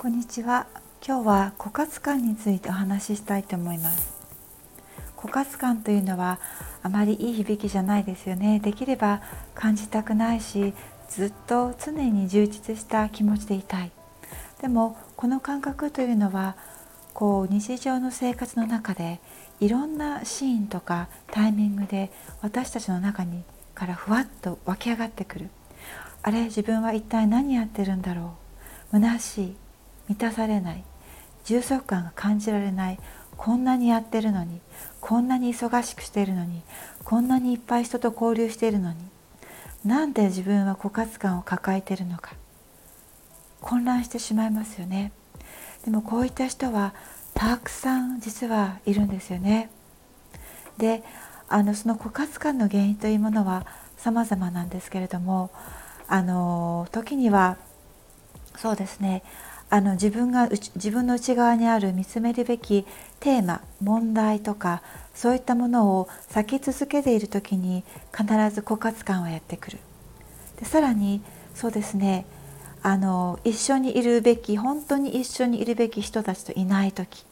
こんにちは。今日は枯渇感についてお話ししたいと思います。枯渇感というのはあまりいい響きじゃないですよね。できれば感じたくないし、ずっと常に充実した気持ちでいたい。でもこの感覚というのは日常の生活の中でいろんなシーンとかタイミングで私たちの中にからふわっと湧き上がってくる。あれ、自分は一体何やってるんだろう。虚しい、満たされない、充足感が感じられない。こんなにやってるのに、こんなに忙しくしているのに、こんなにいっぱい人と交流しているのに、なんで自分は枯渇感を抱えているのか、混乱してしまいますよね。でもこういった人はたくさん実はいるんですよね。で、その枯渇感の原因というものは様々なんですけれども、時にはそうですね、自分の内側にある見つめるべきテーマ、問題とか、そういったものを避け続けている時に必ず枯渇感はやってくる。でさらにそうですね、一緒にいるべき、本当に一緒にいるべき人たちといない時、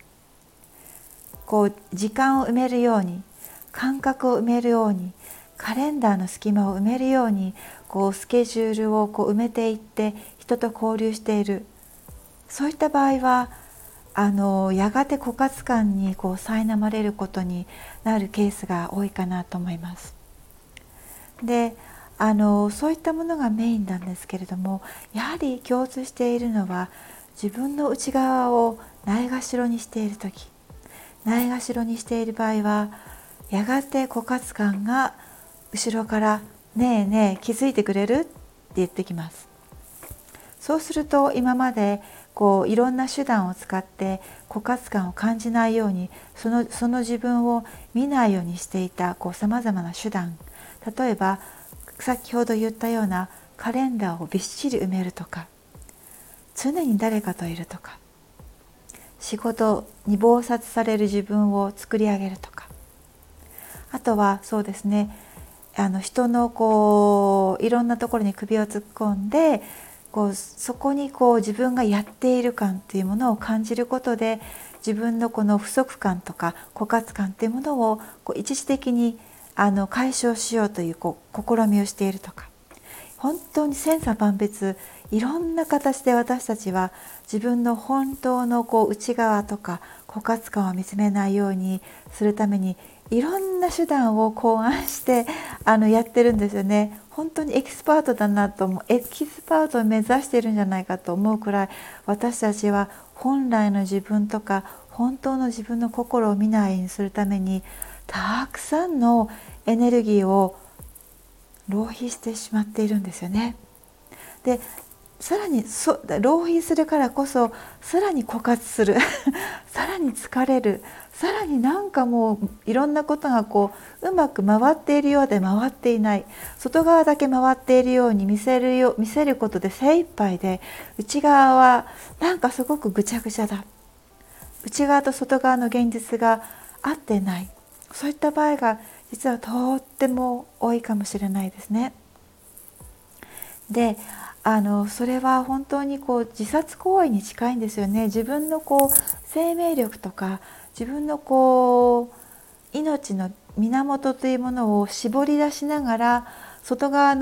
時間を埋めるように、感覚を埋めるように、カレンダーの隙間を埋めるようにスケジュールを埋めていって人と交流している。そういった場合はやがて枯渇感に苛まれることになるケースが多いかなと思います。で、そういったものがメインなんですけれども、やはり共通しているのは自分の内側をないがしろにしている時、ないがしろにしている場合はやがて枯渇感が後ろからねえねえ気づいてくれるって言ってきます。そうすると今までいろんな手段を使って枯渇感を感じないようにその自分を見ないようにしていたさまざまな手段、例えば先ほど言ったようなカレンダーをびっしり埋めるとか、常に誰かといるとか、仕事に忙殺される自分を作り上げるとか、あとはそうですね、人のいろんなところに首を突っ込んでそこに自分がやっている感っていうものを感じることで、自分のこの不足感とか枯渇感っていうものを一時的に解消しようという試みをしているとか、本当に千差万別、いろんな形で私たちは自分の本当の内側とか枯渇感を見つめないようにするためにいろんな手段を考案してやってるんですよね。本当にエキスパートだなと思う。エキスパートを目指しているんじゃないかと思うくらい、私たちは本来の自分とか本当の自分の心を見ないようにするためにたくさんのエネルギーを浪費してしまっているんですよね。でさらに浪費するからこそさらに枯渇するさらに疲れる、さらになんかもういろんなことがうまく回っているようで回っていない、外側だけ回っているように見せることで精一杯で、内側はなんかすごくぐちゃぐちゃだ、内側と外側の現実が合ってない、そういった場合が実はとっても多いかもしれないですね。で、それは本当に自殺行為に近いんですよね。自分の生命力とか自分の命の源というものを絞り出しながら外側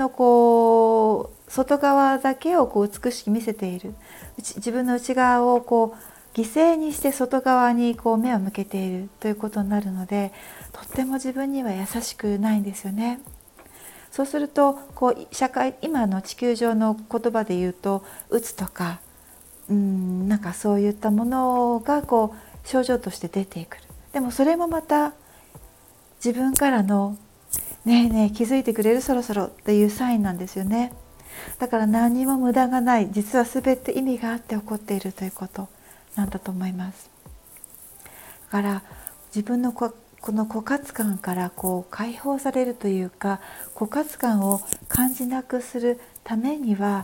だけを美しく見せている、自分の内側を犠牲にして外側に目を向けているということになるので、とっても自分には優しくないんですよね。そうすると今の地球上の言葉で言うとうつとかなんかそういったものが症状として出てくる。でもそれもまた自分からのねえねえ気づいてくれるそろそろっていうサインなんですよね。だから何にも無駄がない、実は全て意味があって起こっているということなんだと思います。だから自分のこの枯渇感から解放されるというか、枯渇感を感じなくするためには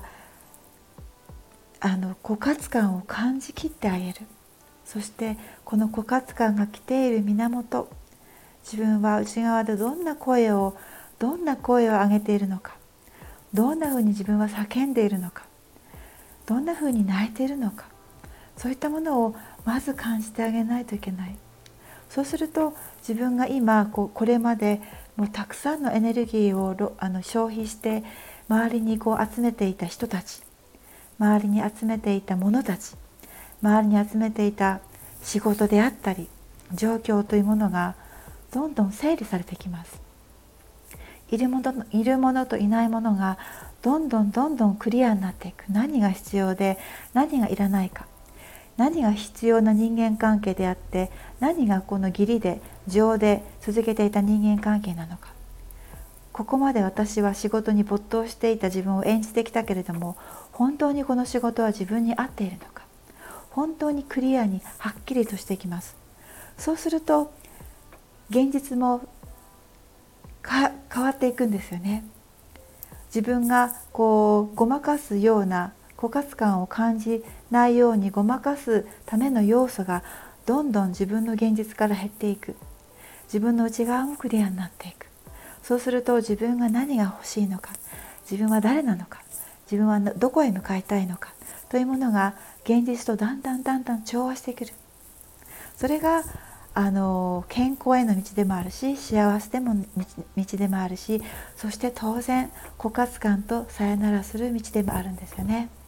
枯渇感を感じきってあげる。そしてこの枯渇感が来ている源、自分は内側でどんな声を上げているのか、どんなふうに自分は叫んでいるのか、どんなふうに泣いているのか、 そういったものをまず感じてあげないといけない。そうすると自分が今これまでもうたくさんのエネルギーを消費して周りに集めていた人たち、周りに集めていた者たち、周りに集めていた仕事であったり状況というものがどんどん整理されてきます。いるものといないものがどんどんクリアになっていく。何が必要で何がいらないか、何が必要な人間関係であって何がこの義理で情で続けていた人間関係なのか。ここまで私は仕事に没頭していた自分を演じてきたけれども、本当にこの仕事は自分に合っているのか、本当にクリアにはっきりとしてきます。そうすると現実も変わっていくんですよね。自分がごまかすような枯渇感を感じないようにごまかすための要素がどんどん自分の現実から減っていく。自分の内側もクリアになっていく。そうすると自分が何が欲しいのか、自分は誰なのか、自分はどこへ向かいたいのかというものが現実とだんだん調和してくる。それが健康への道でもあるし、幸せでも道でもあるし、そして当然枯渇感とさよならする道でもあるんですよね。